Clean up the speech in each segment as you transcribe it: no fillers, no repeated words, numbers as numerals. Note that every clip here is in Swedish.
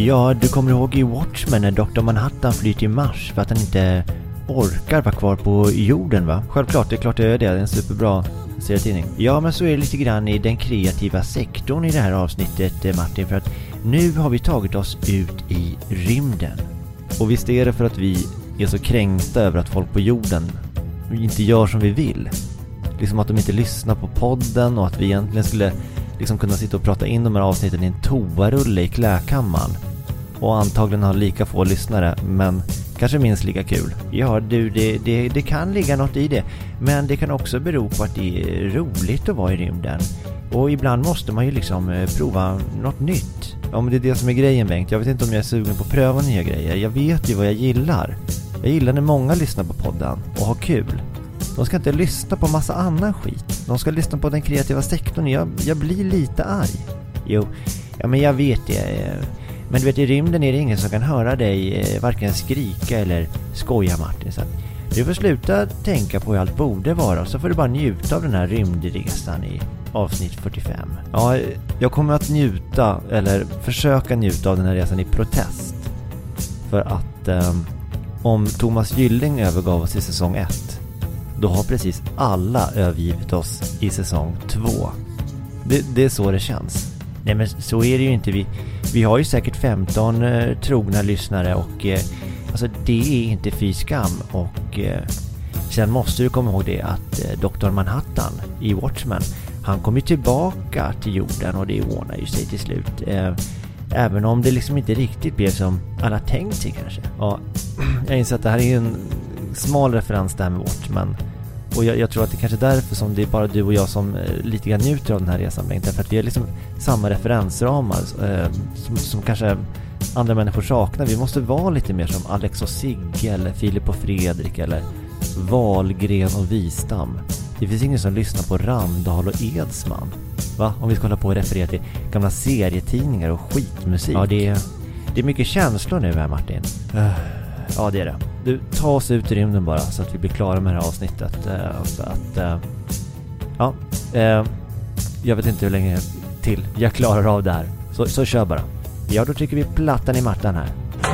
Ja, du kommer ihåg i Watchmen när Dr. Manhattan flyr till Mars för att han inte orkar vara kvar på jorden, va? Självklart, det är klart det är det. Det är en superbra serietidning. Ja, men så är det lite grann i den kreativa sektorn i det här avsnittet, Martin. För att nu har vi tagit oss ut i rymden. Och visst är det för att vi är så kränkta över att folk på jorden inte gör som vi vill. Liksom att de inte lyssnar på podden och att vi egentligen skulle liksom kunna sitta och prata in de här avsnitten i en toarulle i kläkammaren. Och antagligen ha lika få lyssnare, men kanske minst lika kul. Ja, du, det kan ligga något i det. Men det kan också bero på att det är roligt att vara i rymden. Och ibland måste man ju liksom prova något nytt. Ja, men det är det som är grejen, Bengt. Jag vet inte om jag är sugen på att pröva nya grejer. Jag vet ju vad jag gillar. Jag gillar när många lyssnar på podden och har kul. De ska inte lyssna på massa annan skit. De ska lyssna på den kreativa sektorn. Jag blir lite arg. Jo, ja, men jag vet det. Men du vet, i rymden är det ingen som kan höra dig varken skrika eller skoja, Martin. Så du får sluta tänka på hur allt borde vara. Så får du bara njuta av den här rymdresan i avsnitt 45. Ja, jag kommer att njuta, eller försöka njuta av den här resan i protest. För att om Thomas Gylling övergav oss i säsong 1, då har precis alla övergivit oss i säsong 2. Det är så det känns. Nej, men så är det ju inte. Vi har ju säkert 15 trogna lyssnare och alltså det är inte fy skam. Och sen måste du komma ihåg det att Dr. Manhattan i Watchmen, han kom ju tillbaka till jorden och det ordnar ju sig till slut. Även om det liksom inte riktigt blev som alla tänkt sig kanske. Ja, jag inser att det här är en smal referens där med Watchmen. Och jag tror att det kanske är därför som det är bara du och jag som lite grann njuter av den här resan. Därför att vi har liksom samma referensramar som kanske andra människor saknar. Vi måste vara lite mer som Alex och Sigge eller Filip och Fredrik eller Wahlgren och Wistam. Det finns ingen som lyssnar på Randall och Edsman. Va? Om vi ska hålla på och referera till gamla serietidningar och skitmusik. Ja, det är mycket känslor nu här, Martin. Ja, det är det. Du, ta oss ut i rymden bara så att vi blir klara med det här avsnittet. Jag vet inte hur länge till jag klarar av det här. Så kör bara. Ja, då trycker vi plattan i mattan här.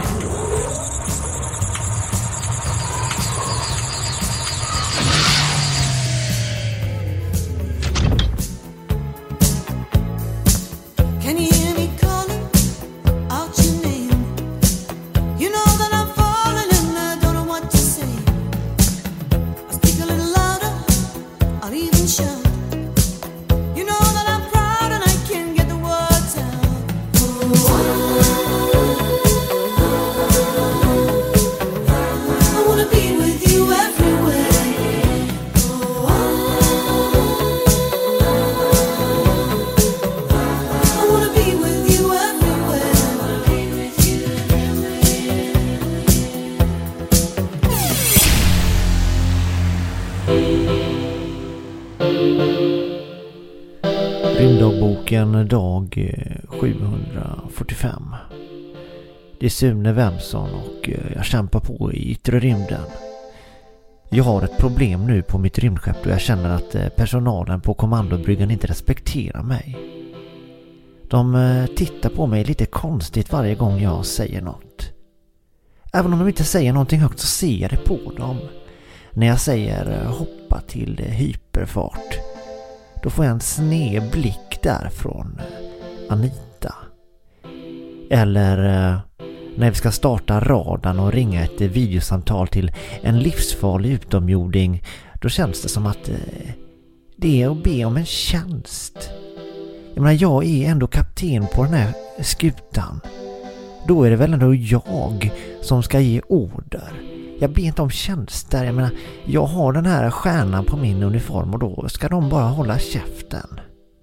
Rymddagboken dag 745. Det är Sune Wemson och jag kämpar på i yttre rymden. Jag har ett problem nu på mitt rymdskepp och jag känner att personalen på kommandobryggan inte respekterar mig. De tittar på mig lite konstigt varje gång jag säger något. Även om de inte säger någonting högt så ser jag det på dem. När jag säger hoppa till hyperfart, då får jag en sned blick där från Anita. Eller när vi ska starta radarn och ringa ett videosamtal till en livsfarlig utomjording, då känns det som att det är att be om en tjänst. Jag menar, jag är ändå kapten på den här skutan. Då är det väl ändå jag som ska ge order. Jag ber inte om tjänster. Jag menar, jag har den här stjärnan på min uniform och då ska de bara hålla käften.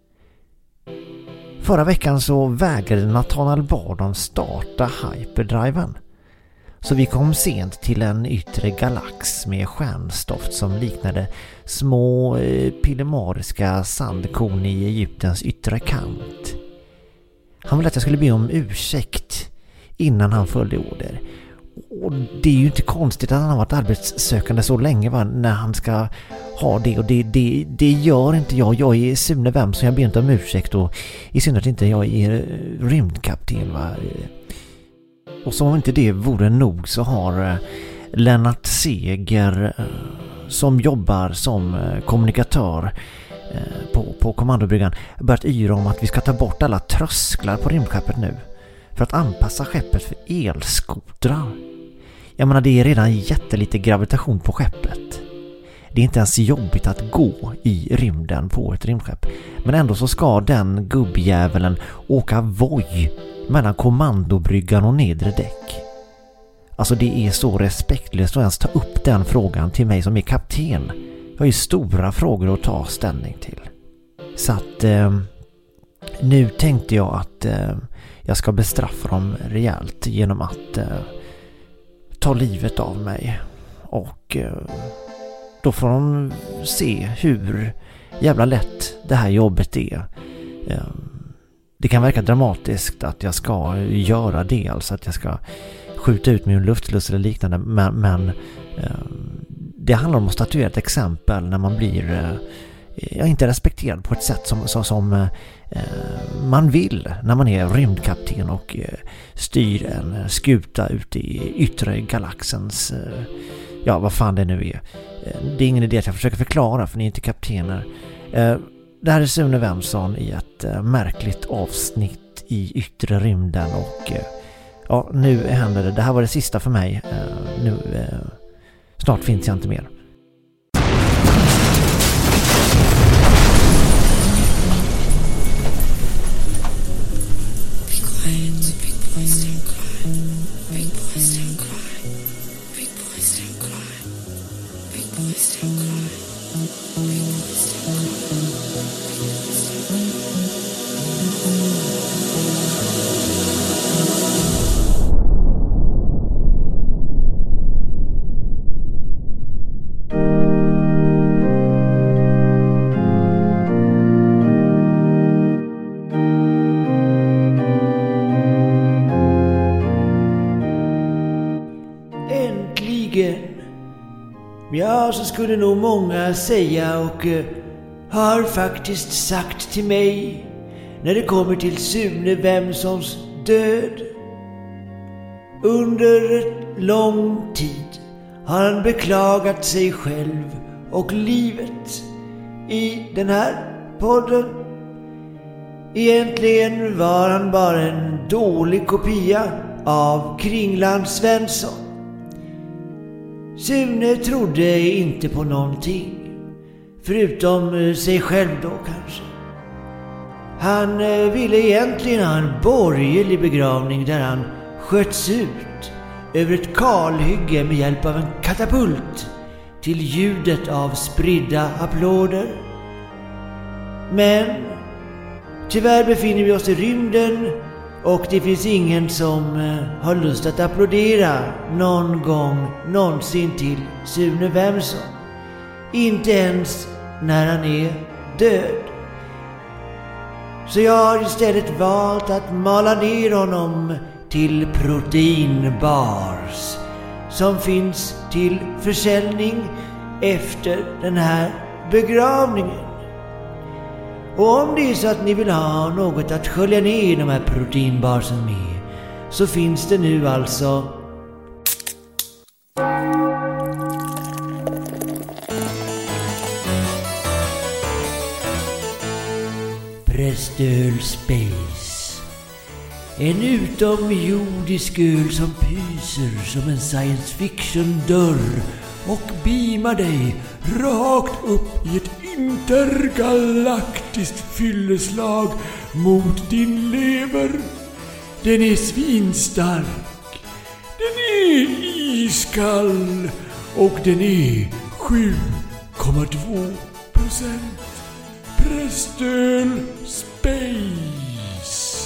Förra veckan så vägrade Nathaniel Bardon starta hyperdriven. Så vi kom sent till en yttre galax med stjärnstoft som liknade små pillemariska sandkorn i Egyptens yttre kant. Han ville att jag skulle be om ursäkt innan han följde order. Och det är ju inte konstigt att han har varit arbetssökande så länge, va, när han ska ha det. Och det gör inte jag. Jag är Sune Wemson, jag ber inte om ursäkt. Och i synnerhet inte jag är rymdkapten, va. Och som om inte det vore nog så har Lennart Seger som jobbar som kommunikatör på kommandobryggan börjat yra om att vi ska ta bort alla trösklar på rymdskeppet nu för att anpassa skeppet för elskotrar. Jag menar, det är redan jättelite gravitation på skeppet. Det är inte ens jobbigt att gå i rymden på ett rymdskepp. Men ändå så ska den gubbjäveln åka voj mellan kommandobryggan och nedre däck. Alltså det är så respektlöst att ens ta upp den frågan till mig som är kapten. Jag har ju stora frågor att ta ställning till. Så att nu tänkte jag att jag ska bestraffa dem rejält genom att ta livet av mig. Och då får de se hur jävla lätt det här jobbet är. Det kan verka dramatiskt att jag ska göra det, alltså att jag ska skjuta ut min luftlust eller liknande, men det handlar om att statuera ett exempel när man blir inte respekterad på ett sätt som man vill när man är rymdkapten och styr en skuta ute i yttre galaxens vad fan det nu är. Det är ingen idé att jag försöker förklara, för ni är inte kaptener. Det här är Sune Wemson i ett märkligt avsnitt i yttre rymden och nu händer det. Det här var det sista för mig. Snart finns jag inte mer. Ja, så skulle nog många säga och har faktiskt sagt till mig när det kommer till Sune Wemsons död. Under lång tid har han beklagat sig själv och livet i den här podden. Egentligen var han bara en dålig kopia av Kringland Svensson. Sune trodde inte på någonting, förutom sig själv då kanske. Han ville egentligen ha en borgerlig begravning där han sköts ut över ett kalhygge med hjälp av en katapult till ljudet av spridda applåder. Men tyvärr befinner vi oss i rymden och det finns ingen som har lust att applådera någon gång någonsin till Sune Wemson. Inte ens när han är död. Så jag har istället valt att mala ner honom till proteinbars som finns till försäljning efter den här begravningen. Och om det är så att ni vill ha något att skölja ner de här proteinbarsen med, så finns det nu alltså Prästöl Space. En utomjordisk öl som pyser som en science fiction dörr och beamar dig rakt upp i ett intergalaktiskt fylleslag mot din lever. Den är svinstark, den är iskall och den är 7,2%. Prästöl Space.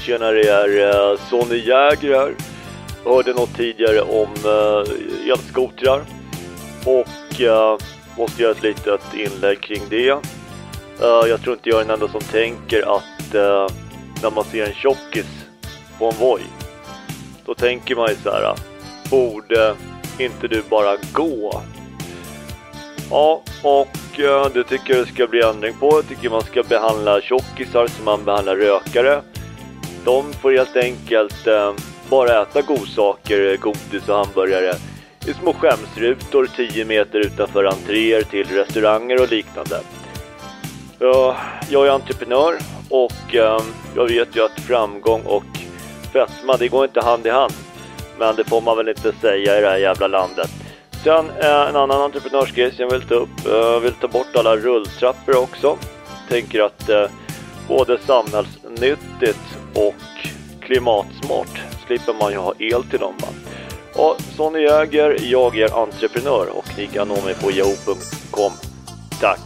tjena, det är Sonny Jäger här. Jag hörde något tidigare om elskotrar och måste göra ett litet inlägg kring det. Jag tror inte jag är den enda som tänker att när man ser en tjockis på en Voi, då tänker man ju så här: borde inte du bara gå? Ja, och det tycker jag det ska bli ändring på. Jag tycker man ska behandla tjockisar som man behandlar rökare. De får helt enkelt bara äta godsaker, godis och hamburgare i små skämsrutor 10 meter utanför entréer till restauranger och liknande. Jag är entreprenör och jag vet ju att framgång och fetma, det går inte hand i hand. Men det får man väl inte säga i det här jävla landet. Sen en annan entreprenörsgrej som jag vill ta upp. Jag vill ta bort alla rulltrappor också. Tänker att både samhällsnyttigt och klimatsmart slipper man ju ha el till dem. Och Sonny Jäger, jag är entreprenör och ni kan nå mig på yahoo.com. Tack!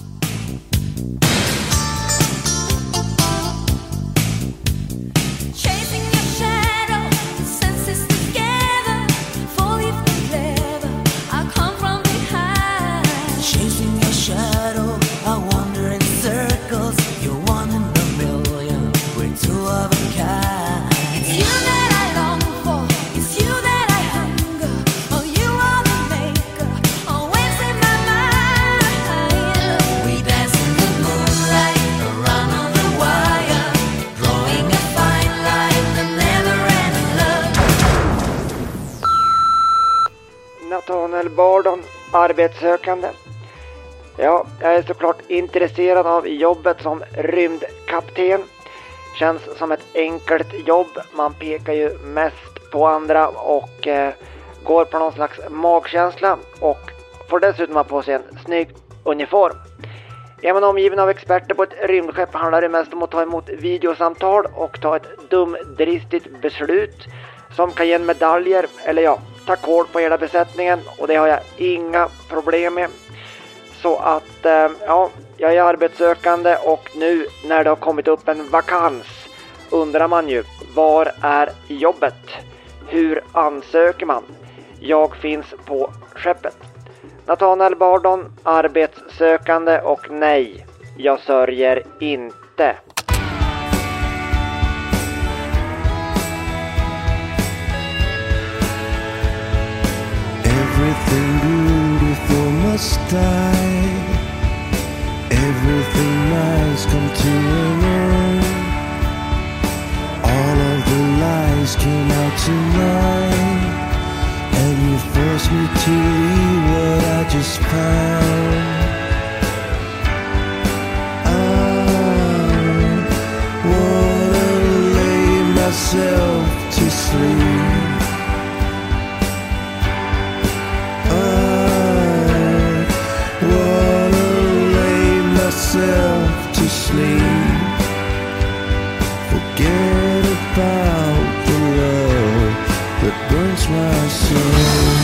Nathaniel Bardon, arbetssökande. Ja, jag är såklart intresserad av jobbet som rymdkapten. Känns som ett enkelt jobb. Man pekar ju mest på andra och går på någon slags magkänsla och får dessutom ha på sig en snygg uniform. Är man omgiven av experter på ett rymdskepp handlar det mest om att ta emot videosamtal och ta ett dumdristigt beslut som kan ge en medaljer eller ja, ta kål på hela besättningen, och det har jag inga problem med. Så att ja, jag är arbetssökande och nu när det har kommit upp en vakans undrar man ju, var är jobbet? Hur ansöker man? Jag finns på skeppet. Nathaniel Bardon, arbetssökande och nej, jag sörjer inte. Everything beautiful must die. Everything nice come to an end. All of the lies came out tonight, and you forced me to leave what I just found. I wanna lay myself to sleep. To sleep, forget about the love that burns my soul.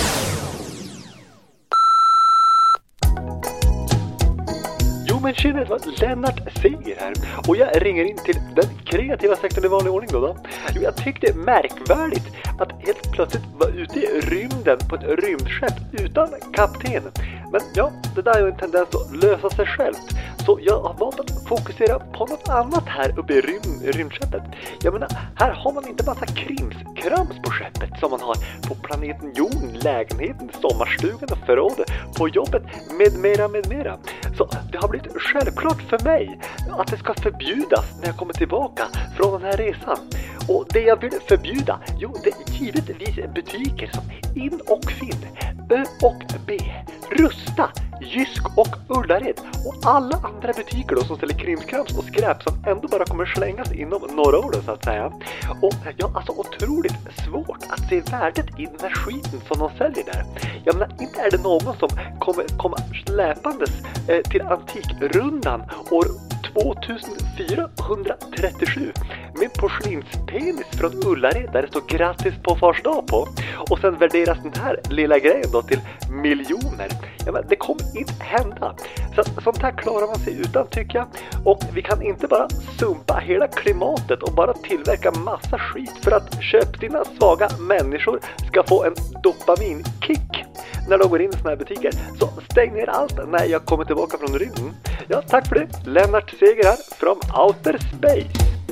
Jo men tjena, Lennart Seger här. Och jag ringer in till den kreativa sektorn i vanlig ordning då. Jo, jag tyckte det märkvärdigt att helt plötsligt vara ute i rymden på ett rymdskepp utan kapten. Men ja, det där är ju en tendens att lösa sig självt. Så jag har valt att fokusera på något annat här uppe i rymdskeppet. Jag menar, här har man inte massa krimskrams på skeppet som man har på planeten jorden, lägenheten, sommarstugan och förrådet, på jobbet med mera. Så det har blivit självklart för mig att det ska förbjudas när jag kommer tillbaka från den här resan. Och det jag vill förbjuda, jo, det är givetvis butiker som In och Finn, Ö och B, Rusta, Jysk och Ullared och alla andra butiker då som säljer krimskrams och skräp som ändå bara kommer slängas inom några år så att säga. Och jag har alltså otroligt svårt att se värdet i den här skiten som de säljer där. Jag menar, inte är det någon som kommer komma släpandes till Antikrundan år 2437 med en porslinspenis från Ullared där det står grattis på fars dag på. Och sen värderas den här lilla grejen då till miljoner. Ja, men det kommer inte hända. Så sånt här klarar man sig utan, tycker jag. Och vi kan inte bara sumpa hela klimatet och bara tillverka massa skit för att köpstinna svaga människor ska få en dopaminkick när de går in i såna här butiker. Så stäng ner allt när jag kommer tillbaka från rymden. Ja, tack för det. Lennart Seger här från Outer Space.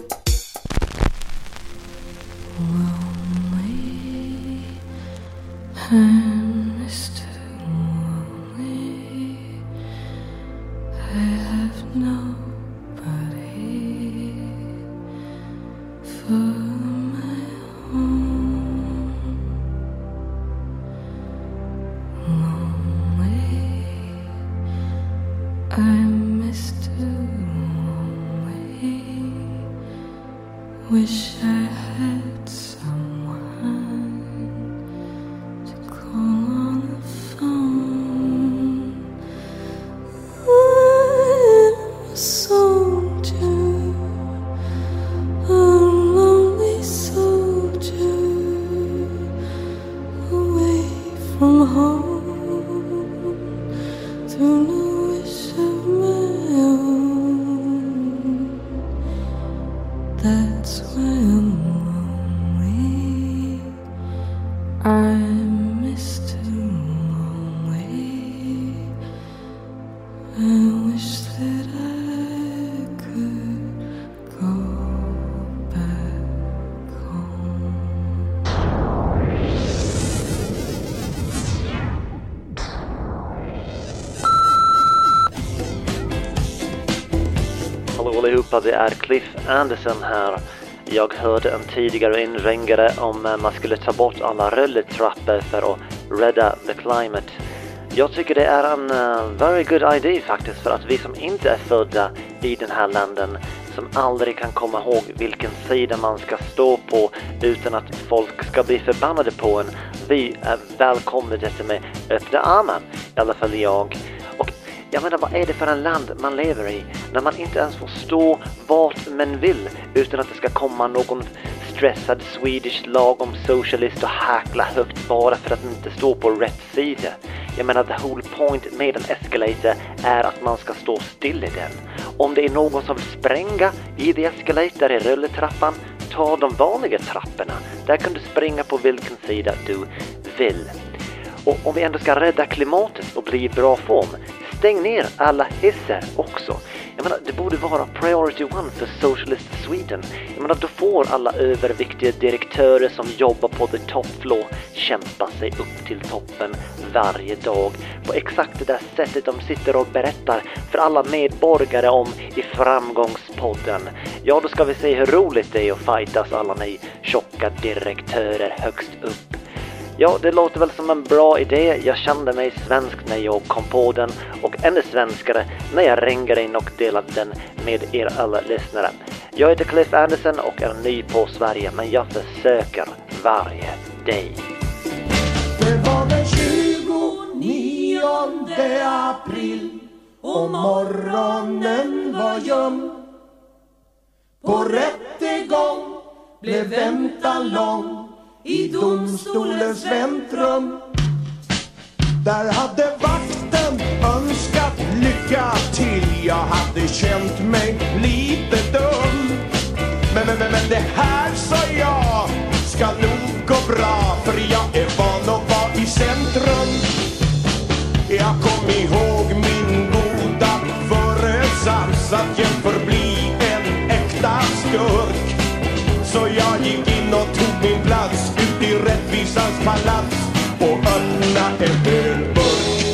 Wish I had someone to call on the phone. I'm a soldier, a lonely soldier, away from home, through no wish of my own. That's why I'm lonely. I'm Mr. Lonely. I wish that I could go back home. Hallå allihopa, det är Cliff Anderson här. Jag hörde en tidigare inringare om man skulle ta bort alla rulletrappor för att rädda the climate. Jag tycker det är en very good idea faktiskt, för att vi som inte är födda i den här landen, som aldrig kan komma ihåg vilken sida man ska stå på utan att folk ska bli förbannade på en, vi är välkomna detta med öppna armar, i alla fall jag. Och jag menar, vad är det för en land man lever i när man inte ens får stå vart man vill utan att det ska komma någon stressad Swedish lagom socialist och hackla högt bara för att inte stå på rätt sida. Jag menar, the whole point med en escalator är att man ska stå still i den. Om det är någon som vill spränga i the escalator i rulletrappan, ta de vanliga trapporna. Där kan du springa på vilken sida du vill. Och om vi ändå ska rädda klimatet och bli i bra form, stäng ner alla hissar också. Jag menar, det borde vara priority one för Socialist Sweden. Jag menar, då får alla överviktiga direktörer som jobbar på the top floor kämpa sig upp till toppen varje dag på exakt det där sättet de sitter och berättar för alla medborgare om i Framgångspodden. Ja, då ska vi se hur roligt det är att fightas alla ni tjocka direktörer högst upp. Ja, det låter väl som en bra idé. Jag kände mig svensk när jag kom på den, och ännu svenskare när jag ringade in och delade den med er alla lyssnare. Jag heter Cliff Anderson och är ny på Sverige, men jag försöker varje dag. Det var den 29 april och morgonen var ljum. På rättegång blev väntan lång i domstolens väntrum. Där hade vakten önskat lycka till. Jag hade känt mig lite dum. Men det här, sa jag, ska nog gå bra, för jag är van att vara i centrum. Jag kom ihåg min goda föresats att jag förbli en äkta skurk. Så jag gick in och tog min plats ut i rättvisans palats och öppna en ölburk.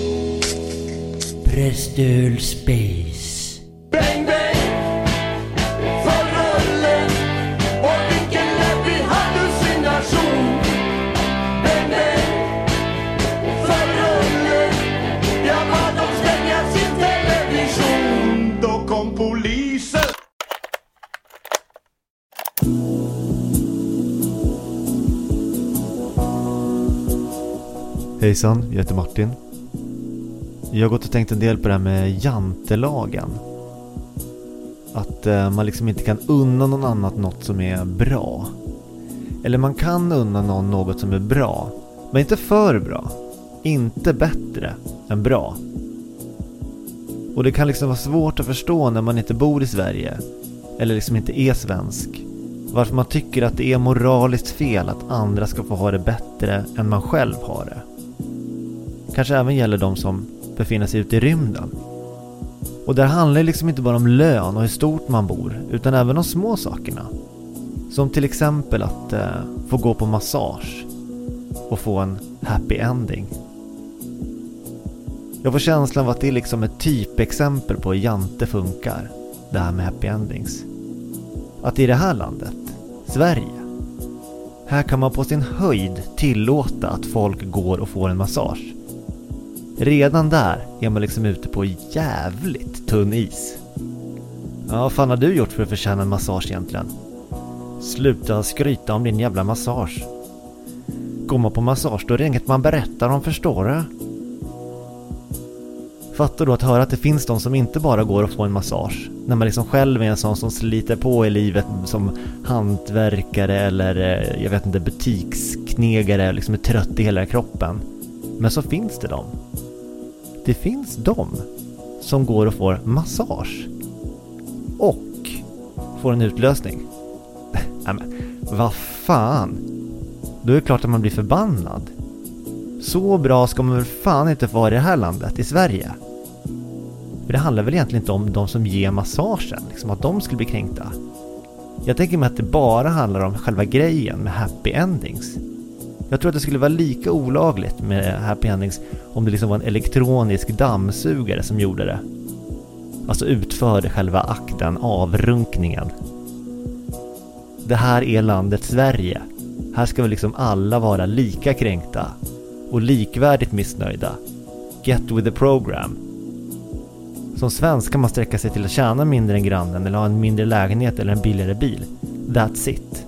Prästöl Space. Bang bang för rullen, och vilken läbbig hallucination. Bang bang för rullen, jag bad dem stänga sin television. Då kom polisen. Hejsan, jag heter Martin. Jag har gått och tänkt en del på det här med jantelagen. Att man liksom inte kan unna någon annat något som är bra. Eller man kan unna någon något som är bra, men inte för bra. Inte bättre än bra. Och det kan liksom vara svårt att förstå när man inte bor i Sverige, eller liksom inte är svensk, varför man tycker att det är moraliskt fel att andra ska få ha det bättre än man själv har det. Kanske även gäller de som befinner sig ute i rymden. Och där handlar det liksom inte bara om lön och hur stort man bor, utan även om små sakerna. Som till exempel att få gå på massage och få en happy ending. Jag får känslan av att det är liksom ett typexempel på hur jante funkar, det här med happy endings. Att i det här landet, Sverige, här kan man på sin höjd tillåta att folk går och får en massage. Redan där är man liksom ute på jävligt tunn is. Ja, vad fan har du gjort för att förtjäna en massage egentligen? Sluta skryta om din jävla massage. Går man på massage då är det inget man berättar om, förstår du? Fattar du att höra att det finns de som inte bara går och får en massage, när man liksom själv är en sån som sliter på i livet som hantverkare eller jag vet inte, butiksknegare, liksom är trött i hela kroppen. Men så finns det dem. Det finns de som går och får massage och får en utlösning. Men vad fan? Då är det klart att man blir förbannad. Så bra ska man väl fan inte vara i det här landet, i Sverige. För det handlar väl egentligen inte om de som ger massagen, liksom att de skulle bli kränkta. Jag tänker mig att det bara handlar om själva grejen med happy endings. Jag tror att det skulle vara lika olagligt med happy endings om det liksom var en elektronisk dammsugare som gjorde det. Alltså utförde själva akten, avrunkningen. Det här är landet Sverige. Här ska väl liksom alla vara lika kränkta och likvärdigt missnöjda. Get with the program. Som svensk kan man sträcka sig till att tjäna mindre än grannen eller ha en mindre lägenhet eller en billigare bil. That's it.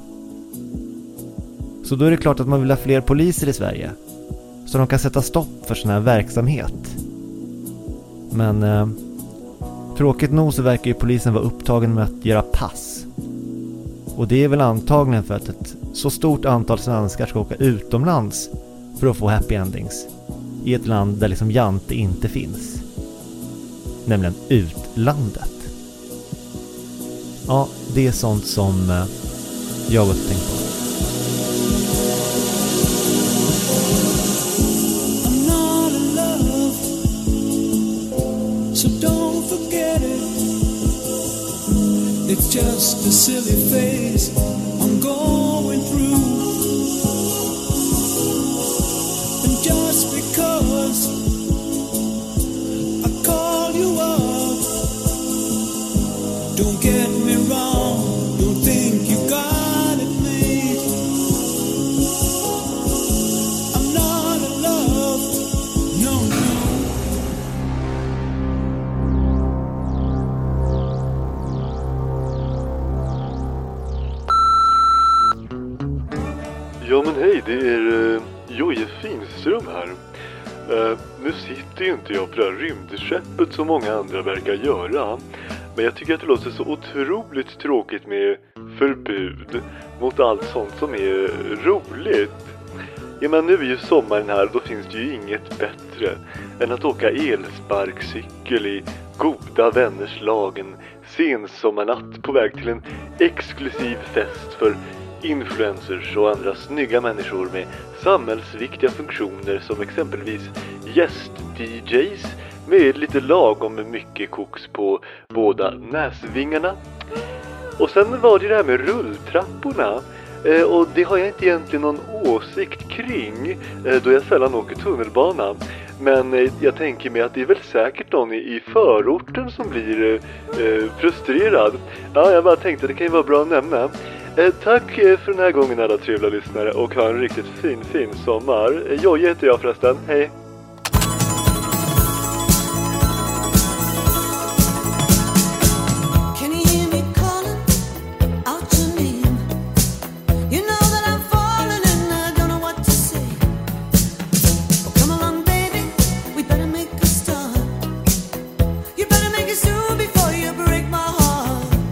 Så då är det klart att man vill ha fler poliser i Sverige, så de kan sätta stopp för sån här verksamhet. Men tråkigt nog så verkar ju polisen vara upptagen med att göra pass. Och det är väl antagligen för att ett så stort antal svenskar ska åka utomlands för att få happy endings i ett land där liksom jante inte finns. Nämligen utlandet. Ja, det är sånt som jag har tänkt på. So don't forget it. It's just a silly phase I'm going through. And just because I call you up, don't get me wrong, don't think you got it made. I'm not in love, no, no. Ja men hej, det är Jojje Finström här. Nu sitter ju inte jag på det här rymdskeppet som många andra verkar göra. Men jag tycker att det låter så otroligt tråkigt med förbud mot allt sånt som är roligt. Ja men nu är ju sommaren här och då finns det ju inget bättre än att åka elsparkcykel i goda vänners lag en sensommarnatt på väg till en exklusiv fest för influencers och andra snygga människor med samhällsviktiga funktioner som exempelvis gäst-DJs med lite lagom mycket koks på båda näsvingarna. Och sen var det här med rulltrapporna. Och det har jag inte egentligen någon åsikt kring då jag sällan åker tunnelbana. Men jag tänker mig att det är väl säkert någon i förorten som blir frustrerad. Ja, jag bara tänkte att det kan ju vara bra att nämna. Tack för den här gången alla trevliga lyssnare och ha en riktigt fin sommar. Jojje heter jag förresten, hej! You better make it soon before you break my heart.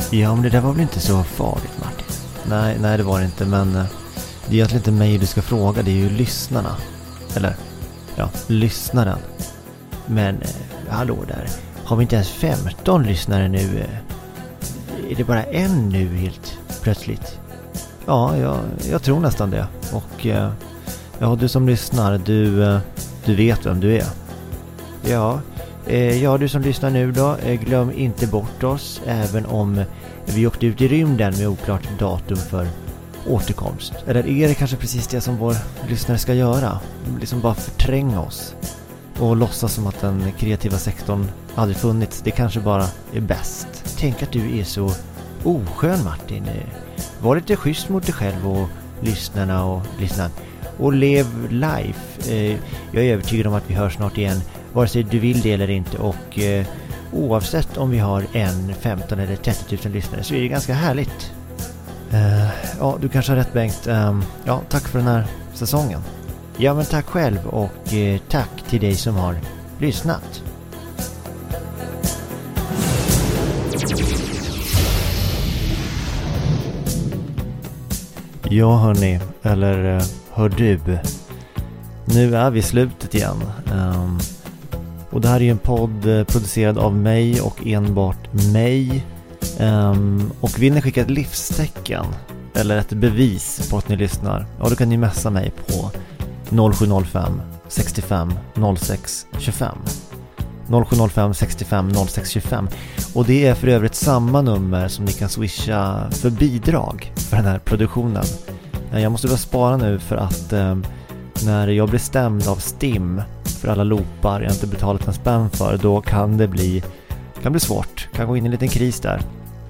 Ja, men det där var väl inte så farligt, Martin? Nej, det var det inte, men det är egentligen inte mig du ska fråga, det är ju lyssnarna. Eller, ja, lyssnaren. Men, hallå där. Har vi inte ens 15 lyssnare nu? Är det bara en nu helt plötsligt? Ja, jag tror nästan det. Och ja, du som lyssnar, du vet vem du är. Ja, du som lyssnar nu då, glöm inte bort oss, även om vi åkte ut i rymden med oklart datum för återkomst. Eller är det kanske precis det som vår lyssnare ska göra? Liksom bara förtränga oss och låtsas som att den kreativa sektorn aldrig funnits. Det kanske bara är bäst. Tänk att du är så oskön, Martin. Var lite schysst mot dig själv och lyssnarna och lyssnaren. Och lev life. Jag är övertygad om att vi hörs snart igen, vare sig du vill det eller inte. Och oavsett om vi har 15 eller 30 000 lyssnare så är det ganska härligt. Ja, du kanske har rätt, Bengt. Ja, tack för den här säsongen. Ja, men tack själv, och tack till dig som har lyssnat. Ja, hörni, eller hör du, nu är vi i slutet igen. Och det här är ju en podd producerad av mig och enbart mig. Och vill ni skicka ett livstecken eller ett bevis på att ni lyssnar, ja, då kan ni messa mig på 0705 65 06 25 0705 65 06 25. Och det är för övrigt samma nummer som ni kan swisha för bidrag för den här produktionen. Jag måste bara spara nu för att när jag blir stämd av Stim för alla loopar jag inte betalat en spänn för, då kan det bli svårt. Kan gå in i en liten kris där.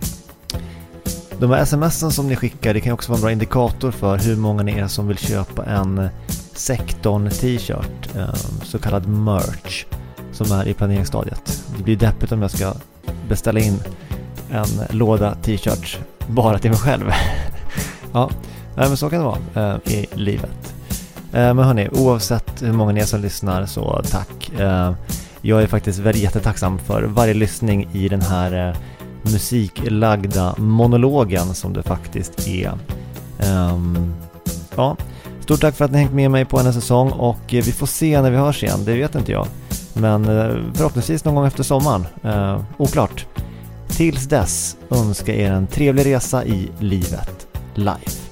De här sms'en som ni skickar, det kan också vara en bra indikator för hur många ni är som vill köpa en Sektorn t-shirt, så kallad merch, som är i planeringsstadiet. Det blir deppigt om jag ska beställa in en låda t-shirts bara till mig själv. Ja, men så kan det vara i livet. Men hörni, oavsett hur många ni är som lyssnar, så tack. Jag är faktiskt väldigt jättetacksam för varje lyssning i den här musiklagda monologen som det faktiskt är. Ja, stort tack för att ni hängt med mig på en säsong, och vi får se när vi hörs igen, det vet inte jag. Men förhoppningsvis någon gång efter sommaren. Oklart. Tills dess önskar er en trevlig resa i livet live.